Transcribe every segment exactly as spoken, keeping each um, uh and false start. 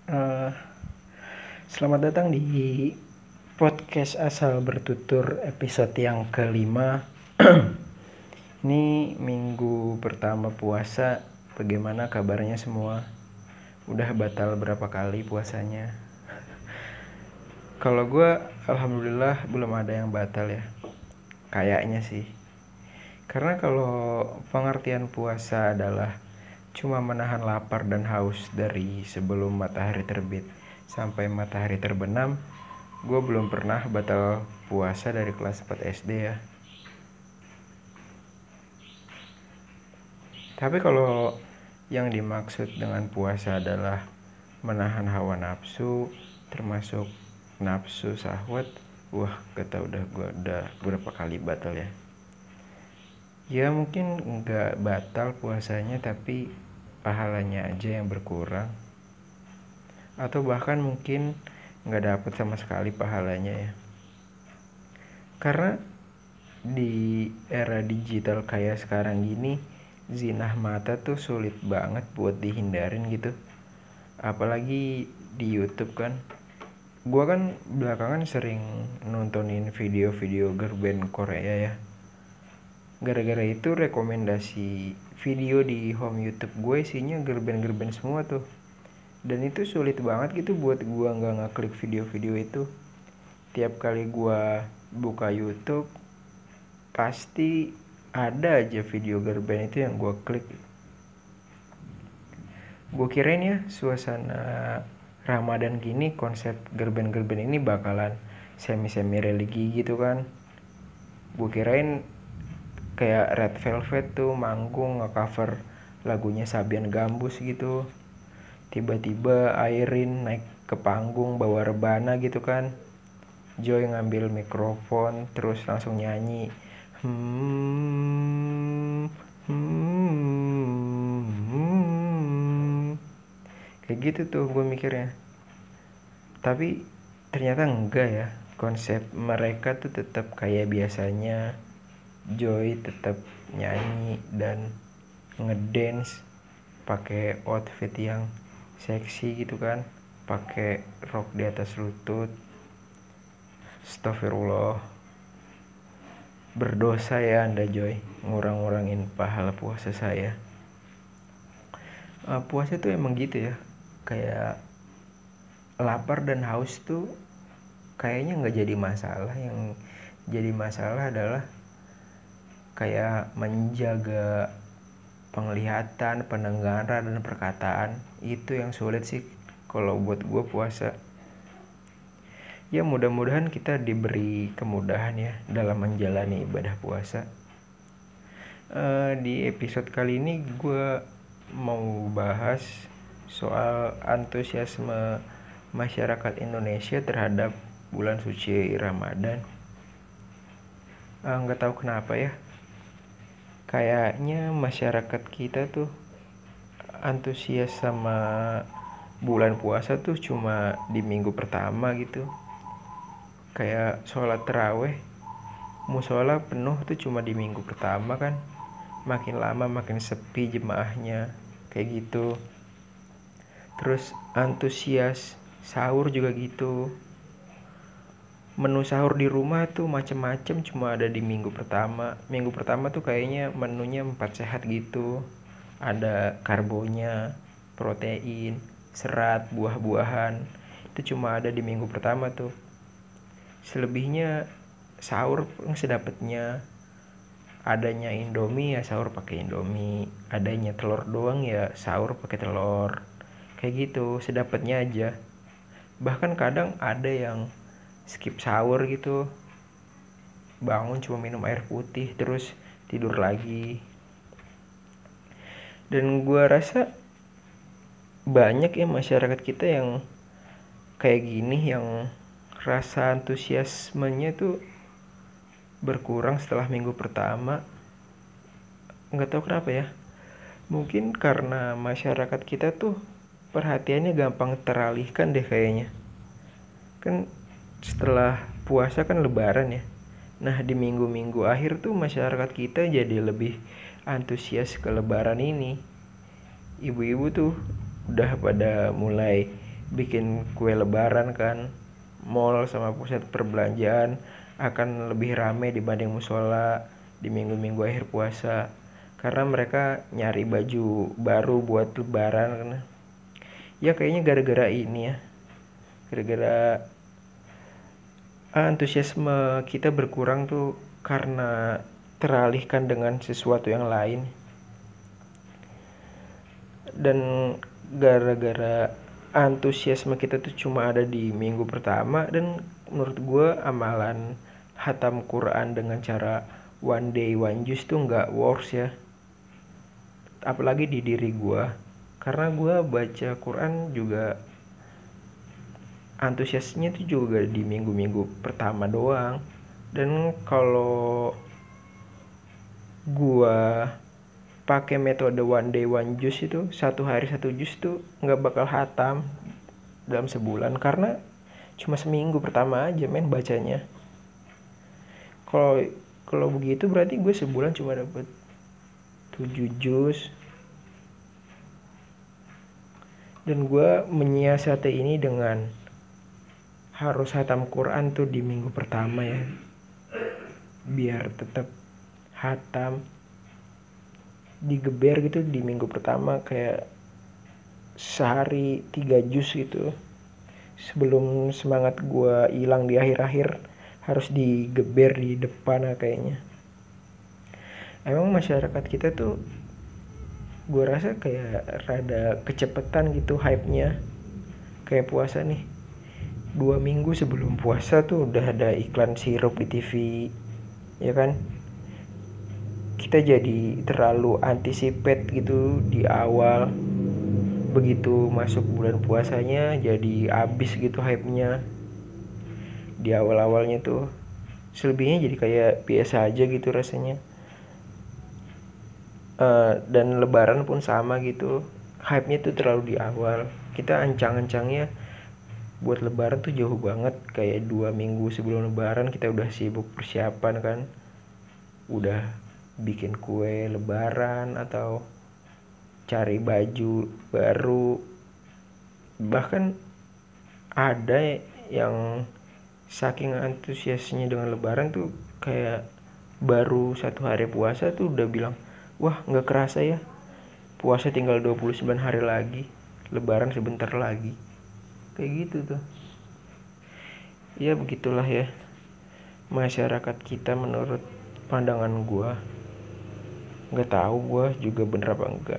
Eh, selamat datang di podcast Asal Bertutur episode yang kelima. Ini minggu pertama puasa. Bagaimana kabarnya semua? Udah batal berapa kali puasanya? Kalau gue, alhamdulillah belum ada yang batal ya. Kayaknya sih. Karena kalau pengertian puasa adalah cuma menahan lapar dan haus dari sebelum matahari terbit sampai matahari terbenam, gue belum pernah batal puasa dari kelas empat S D ya. Tapi kalau yang dimaksud dengan puasa adalah menahan hawa nafsu, termasuk nafsu syahwat, wah kata udah gue udah berapa kali batal ya. Ya mungkin nggak batal puasanya, tapi pahalanya aja yang berkurang, atau bahkan mungkin nggak dapet sama sekali pahalanya ya. Karena di era digital kayak sekarang gini, zinah mata tuh sulit banget buat dihindarin gitu. Apalagi di YouTube kan. Gua kan belakangan sering nontonin video-video girl band Korea ya. Gara-gara itu rekomendasi video di home YouTube gue isinya girl band-girl band semua tuh. Dan itu sulit banget gitu buat gua nggak ngeklik video-video itu. Tiap kali gua buka YouTube pasti ada aja video girl band itu yang gua klik. Gue kirain ya suasana Ramadan gini konsep girl band-girl band ini bakalan semi-semi religi gitu kan. Gue kirain kayak Red Velvet tuh manggung nge-cover lagunya Sabian Gambus gitu. Tiba-tiba Airin naik ke panggung bawa rebana gitu kan. Joy ngambil mikrofon terus langsung nyanyi. Hmm, hmm, hmm. Kayak gitu tuh gue mikirnya. Tapi ternyata enggak ya. Konsep mereka tuh tetap kayak biasanya. Joy tetap nyanyi dan ngedance pakai outfit yang seksi gitu kan, pakai rok di atas lutut. Astagfirullah, berdosa ya anda Joy, ngurang-ngurangin pahala puasa saya. Uh, puasa tuh emang gitu ya, kayak lapar dan haus tuh kayaknya nggak jadi masalah. Yang jadi masalah adalah kayak menjaga penglihatan, pendengaran, dan perkataan. Itu yang sulit sih kalau buat gue puasa. Ya mudah-mudahan kita diberi kemudahan ya dalam menjalani ibadah puasa. Uh, di episode kali ini gue mau bahas soal antusiasme masyarakat Indonesia terhadap bulan suci Ramadan. Nggak uh, tahu kenapa ya, kayaknya masyarakat kita tuh antusias sama bulan puasa tuh cuma di minggu pertama gitu. Kayak sholat taraweh, musola penuh tuh cuma di minggu pertama kan. Makin lama makin sepi jemaahnya, kayak gitu. Terus antusias sahur juga gitu. Menu sahur di rumah tuh macem-macem cuma ada di minggu pertama. Minggu pertama tuh kayaknya menunya empat sehat gitu. Ada karbonya, protein, serat, buah-buahan. Itu cuma ada di minggu pertama tuh. Selebihnya sahur sedapatnya. Adanya Indomie ya sahur pakai Indomie. Adanya telur doang ya sahur pakai telur. Kayak gitu, sedapatnya aja. Bahkan kadang ada yang skip sahur gitu, bangun cuma minum air putih terus tidur lagi. Dan gue rasa banyak ya masyarakat kita yang kayak gini, yang rasa antusiasmenya tuh berkurang setelah minggu pertama. Nggak tahu kenapa ya, mungkin karena masyarakat kita tuh perhatiannya gampang teralihkan deh kayaknya. Kan setelah puasa kan lebaran ya. Nah di minggu-minggu akhir tuh masyarakat kita jadi lebih antusias ke lebaran ini. Ibu-ibu tuh udah pada mulai bikin kue lebaran kan. Mall sama pusat perbelanjaan akan lebih ramai dibanding musola di minggu-minggu akhir puasa, karena mereka nyari baju baru buat lebaran kan. Ya kayaknya gara-gara ini ya, gara-gara antusiasme kita berkurang tuh karena teralihkan dengan sesuatu yang lain. Dan gara-gara antusiasme kita tuh cuma ada di minggu pertama, dan menurut gue amalan hatam Quran dengan cara one day one juice tuh nggak works ya, apalagi di diri gue, karena gue baca Quran juga antusiasnya tuh juga di minggu-minggu pertama doang. Dan kalau gue pakai metode one day one juice itu, satu hari satu jus tuh nggak bakal hatam dalam sebulan, karena cuma seminggu pertama aja men bacanya. Kalau kalau begitu berarti gue sebulan cuma dapet tujuh jus. Dan gue menyiasati ini dengan harus hatam Quran tuh di minggu pertama ya, biar tetap hatam digeber gitu di minggu pertama, kayak sehari tiga jus gitu, sebelum semangat gue hilang di akhir-akhir harus digeber di depan kayaknya. Emang masyarakat kita tuh gue rasa kayak rada kecepetan gitu hype-nya. Kayak puasa nih, dua minggu sebelum puasa tuh udah ada iklan sirup di T V, ya kan? Kita jadi terlalu anticipate gitu di awal. Begitu masuk bulan puasanya jadi abis gitu hype-nya di awal-awalnya tuh. Selebihnya jadi kayak biasa aja gitu rasanya. Uh, dan lebaran pun sama gitu, hype-nya tuh terlalu di awal. Kita ancang-ancangnya buat lebaran tuh jauh banget, kayak dua minggu sebelum lebaran kita udah sibuk persiapan kan, udah bikin kue lebaran atau cari baju baru. Bahkan ada yang saking antusiasnya dengan lebaran tuh kayak baru satu hari puasa tuh udah bilang, wah gak kerasa ya, puasa tinggal dua puluh sembilan hari lagi, lebaran sebentar lagi. Kayak gitu tuh. Ya begitulah ya masyarakat kita menurut pandangan gue. Gak tahu gue juga bener apa enggak.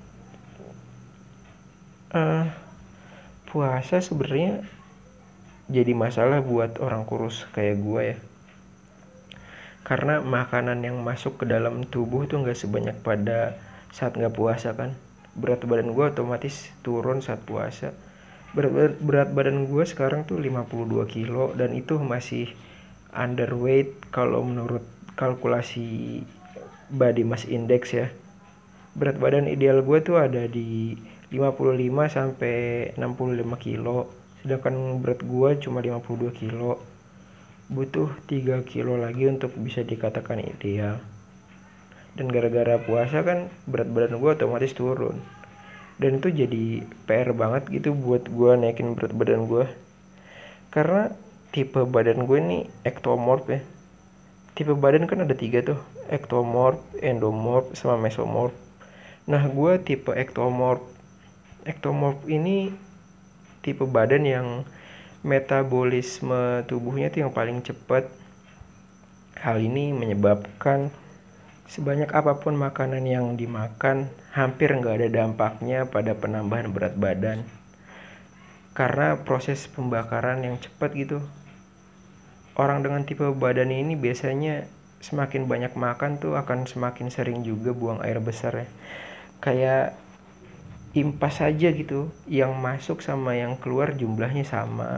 Uh, puasa sebenarnya jadi masalah buat orang kurus kayak gue ya, karena makanan yang masuk ke dalam tubuh tuh gak sebanyak pada saat gak puasa kan. Berat badan gue otomatis turun saat puasa. Berat, berat badan gue sekarang tuh lima puluh dua kilo, dan itu masih underweight kalau menurut kalkulasi body mass index ya. Berat badan ideal gue tuh ada di lima puluh lima sampai enam puluh lima kilo, sedangkan berat gue cuma lima puluh dua kilo. Butuh tiga kilo lagi untuk bisa dikatakan ideal. Dan gara-gara puasa kan berat badan gue otomatis turun. Dan itu jadi P R banget gitu buat gue naikin berat badan gue, karena tipe badan gue nih ectomorph ya. Tipe badan kan ada tiga tuh, ectomorph, endomorph, sama mesomorph. Nah gue tipe ectomorph. Ectomorph ini tipe badan yang metabolisme tubuhnya tuh yang paling cepat. Hal ini menyebabkan sebanyak apapun makanan yang dimakan, hampir nggak ada dampaknya pada penambahan berat badan, karena proses pembakaran yang cepat gitu. Orang dengan tipe badan ini biasanya semakin banyak makan tuh akan semakin sering juga buang air besar ya. Kayak impas aja gitu, yang masuk sama yang keluar jumlahnya sama.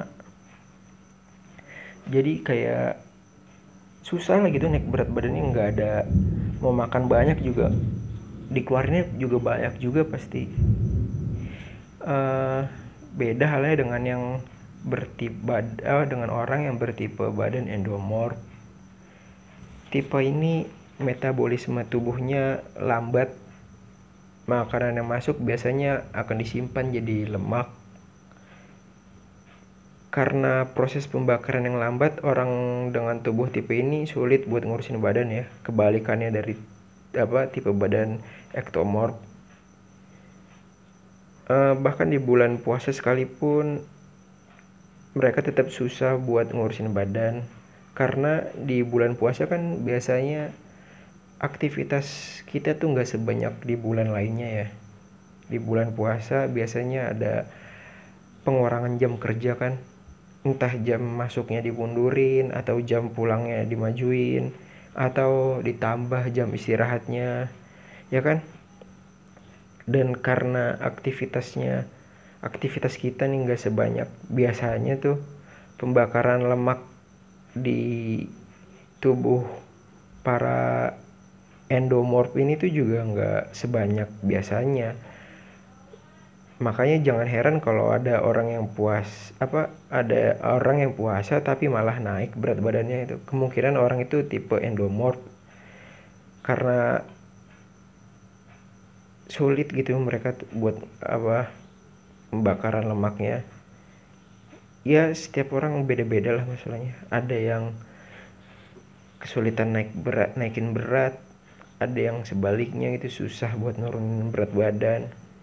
Jadi kayak susah lah gitu naik berat badannya, nggak ada, mau makan banyak juga dikeluarinnya juga banyak juga pasti. Uh, beda halnya dengan yang bertipe uh, dengan orang yang bertipe badan endomorph. Tipe ini metabolisme tubuhnya lambat. Makanan yang masuk biasanya akan disimpan jadi lemak, Karena proses pembakaran yang lambat, orang dengan tubuh tipe ini sulit buat ngurusin badan ya. Kebalikannya dari apa tipe badan ektomorf. Uh, bahkan di bulan puasa sekalipun mereka tetap susah buat ngurusin badan. Karena di bulan puasa kan biasanya aktivitas kita tuh nggak sebanyak di bulan lainnya ya. Di bulan puasa biasanya ada pengurangan jam kerja kan, entah jam masuknya dimundurin atau jam pulangnya dimajuin atau ditambah jam istirahatnya ya kan. Dan karena aktivitasnya aktivitas kita nih nggak sebanyak biasanya tuh, pembakaran lemak di tubuh para endomorf ini tuh juga nggak sebanyak biasanya. Makanya jangan heran kalau ada orang yang puas apa ada orang yang puasa tapi malah naik berat badannya. Itu kemungkinan orang itu tipe endomorf, karena sulit gitu mereka buat apa pembakaran lemaknya. Ya setiap orang beda-beda lah masalahnya. Ada yang kesulitan naik berat naikin berat, ada yang sebaliknya gitu susah buat nurunin berat badan.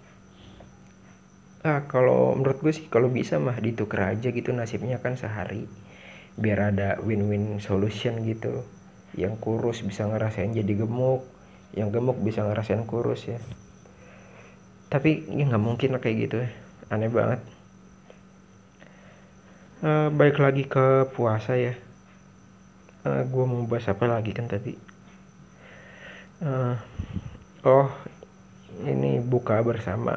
Ah, kalau menurut gue sih kalau bisa mah ditukar aja gitu nasibnya kan sehari, biar ada win-win solution gitu. Yang kurus bisa ngerasain jadi gemuk, yang gemuk bisa ngerasain kurus ya. Tapi ya nggak mungkin lah kayak gitu ya, aneh banget. Uh, balik lagi ke puasa ya. Uh, gue mau bahas apa lagi kan tadi? Uh, oh ini buka bersama.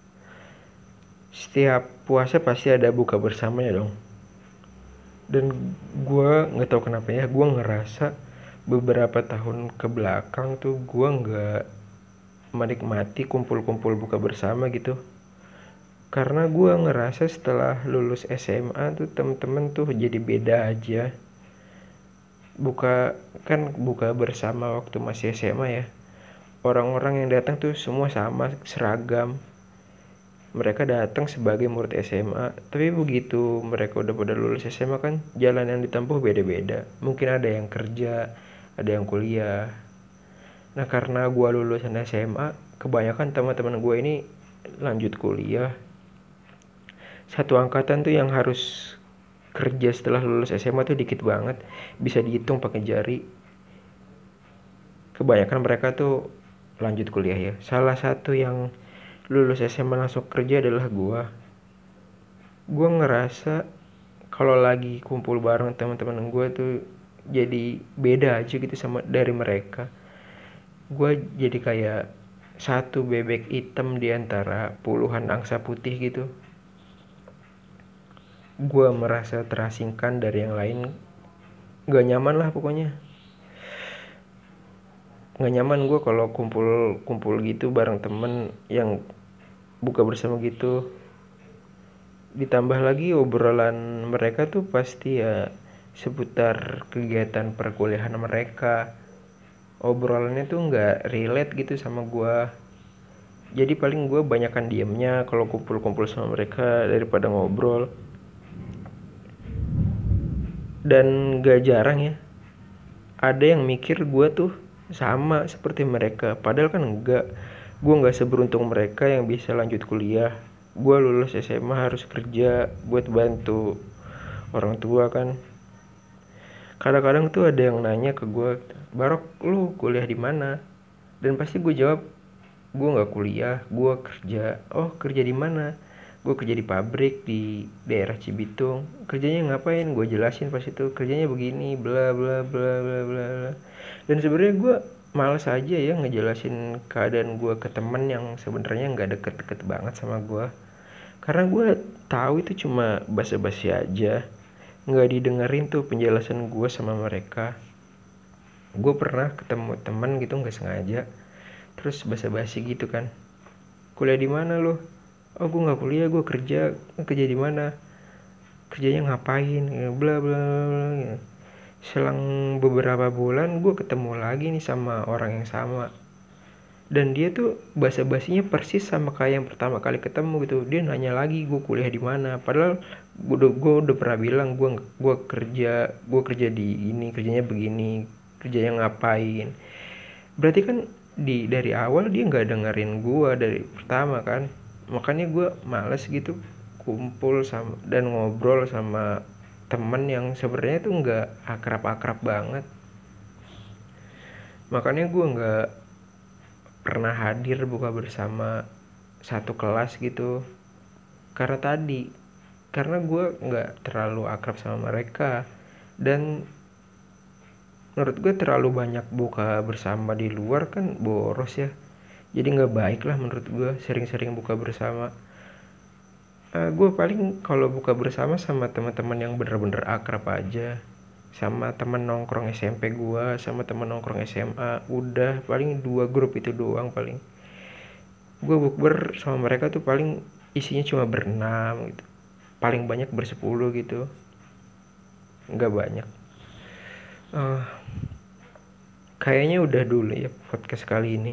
Setiap puasa pasti ada buka bersamanya dong. Dan gue nggak tahu kenapa ya, gue ngerasa beberapa tahun ke belakang tuh gue nggak menikmati kumpul-kumpul buka bersama gitu. Karena gue ngerasa setelah lulus S M A tuh temen-temen tuh jadi beda aja. Buka kan buka bersama waktu masih S M A ya, orang-orang yang datang tuh semua sama, seragam. Mereka datang sebagai murid S M A, tapi begitu mereka udah pada lulus S M A kan jalan yang ditempuh beda-beda. Mungkin ada yang kerja, ada yang kuliah. Nah karena gue lulusan S M A, kebanyakan teman-teman gue ini lanjut kuliah. Satu angkatan tuh yang harus kerja setelah lulus S M A tuh dikit banget, bisa dihitung pakai jari. Kebanyakan mereka tuh lanjut kuliah ya. Salah satu yang lulus S M A langsung kerja adalah gue. Gue ngerasa kalau lagi kumpul bareng teman-teman gue tuh jadi beda aja gitu sama dari mereka. Gue jadi kayak satu bebek hitam di antara puluhan angsa putih gitu. Gue merasa terasingkan dari yang lain. Gak nyaman lah pokoknya. Gak nyaman gue kalau kumpul-kumpul gitu bareng temen yang buka bersama gitu. Ditambah lagi obrolan mereka tuh pasti ya seputar kegiatan perkuliahan mereka. Obrolannya tuh gak relate gitu sama gue. Jadi paling gue banyakan diemnya kalau kumpul-kumpul sama mereka daripada ngobrol. Dan gak jarang ya ada yang mikir gue tuh sama seperti mereka, padahal kan enggak. Gue gak seberuntung mereka yang bisa lanjut kuliah. Gue lulus S M A harus kerja buat bantu orang tua kan. Kadang-kadang tuh ada yang nanya ke gue, Barok lu kuliah di mana? Dan pasti gue jawab, gue gak kuliah, gue kerja. Oh kerja di mana? Gue kerja di pabrik di daerah Cibitung. Kerjanya ngapain? Gue jelasin pas itu kerjanya begini, bla bla bla bla bla. Dan sebenarnya gue malas aja ya ngejelasin keadaan gue ke temen yang sebenarnya nggak deket-deket banget sama gue. Karena gue tahu itu cuma basa-basi aja, nggak didengerin tuh penjelasan gue sama mereka. Gue pernah ketemu temen gitu nggak sengaja, terus basa-basi gitu kan. Kuliah di mana lo? Oh gue nggak kuliah, gue kerja. Kerja di mana? Kerjanya ngapain? Bla bla bla. Selang beberapa bulan gue ketemu lagi nih sama orang yang sama. Dan dia tuh basa-basinya persis sama kayak yang pertama kali ketemu gitu. Dia nanya lagi gue kuliah di mana, padahal gue udah, gue udah pernah bilang gue gue kerja gue kerja di ini, kerjanya begini, kerjanya ngapain. Berarti kan di dari awal dia nggak dengerin gue dari pertama kan. Makanya gue males gitu kumpul sama dan ngobrol sama temen yang sebenarnya tuh nggak akrab-akrab banget. Makanya gue nggak pernah hadir buka bersama satu kelas gitu, karena tadi karena gue nggak terlalu akrab sama mereka, dan menurut gue terlalu banyak buka bersama di luar kan boros ya. Jadi nggak baik lah menurut gue sering-sering buka bersama. Uh, gue paling kalau buka bersama sama teman-teman yang bener-bener akrab aja, sama temen nongkrong S M P gue, sama temen nongkrong S M A, udah paling dua grup itu doang. Paling gue bukber sama mereka tuh paling isinya cuma berenam gitu, paling banyak bersepuluh gitu, nggak banyak. uh, kayaknya udah dulu ya podcast kali ini.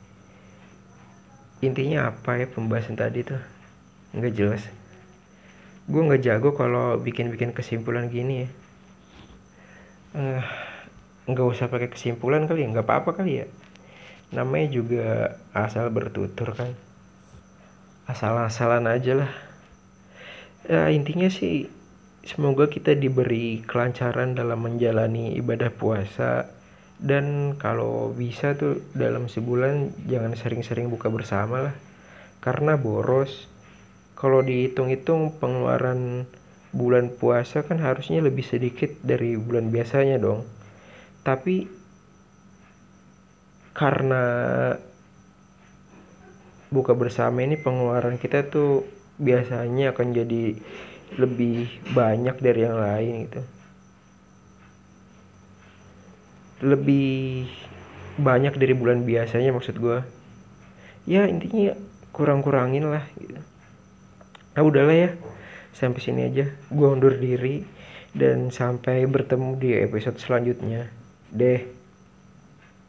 Intinya apa ya pembahasan tadi tuh nggak jelas. Gue nggak jago kalau bikin-bikin kesimpulan gini ya. uh, nggak usah pakai kesimpulan kali ya, nggak apa-apa kali ya, namanya juga asal bertutur kan, asal-asalan aja lah. Ya intinya sih semoga kita diberi kelancaran dalam menjalani ibadah puasa, dan kalau bisa tuh dalam sebulan jangan sering-sering buka bersama lah, karena boros. Kalau dihitung-hitung pengeluaran bulan puasa kan harusnya lebih sedikit dari bulan biasanya dong, tapi karena buka bersama ini pengeluaran kita tuh biasanya akan jadi lebih banyak dari yang lain gitu, lebih banyak dari bulan biasanya maksud gue. Ya intinya kurang-kurangin lah gitu. Nah udahlah ya, sampai sini aja gue undur diri, dan sampai bertemu di episode selanjutnya deh.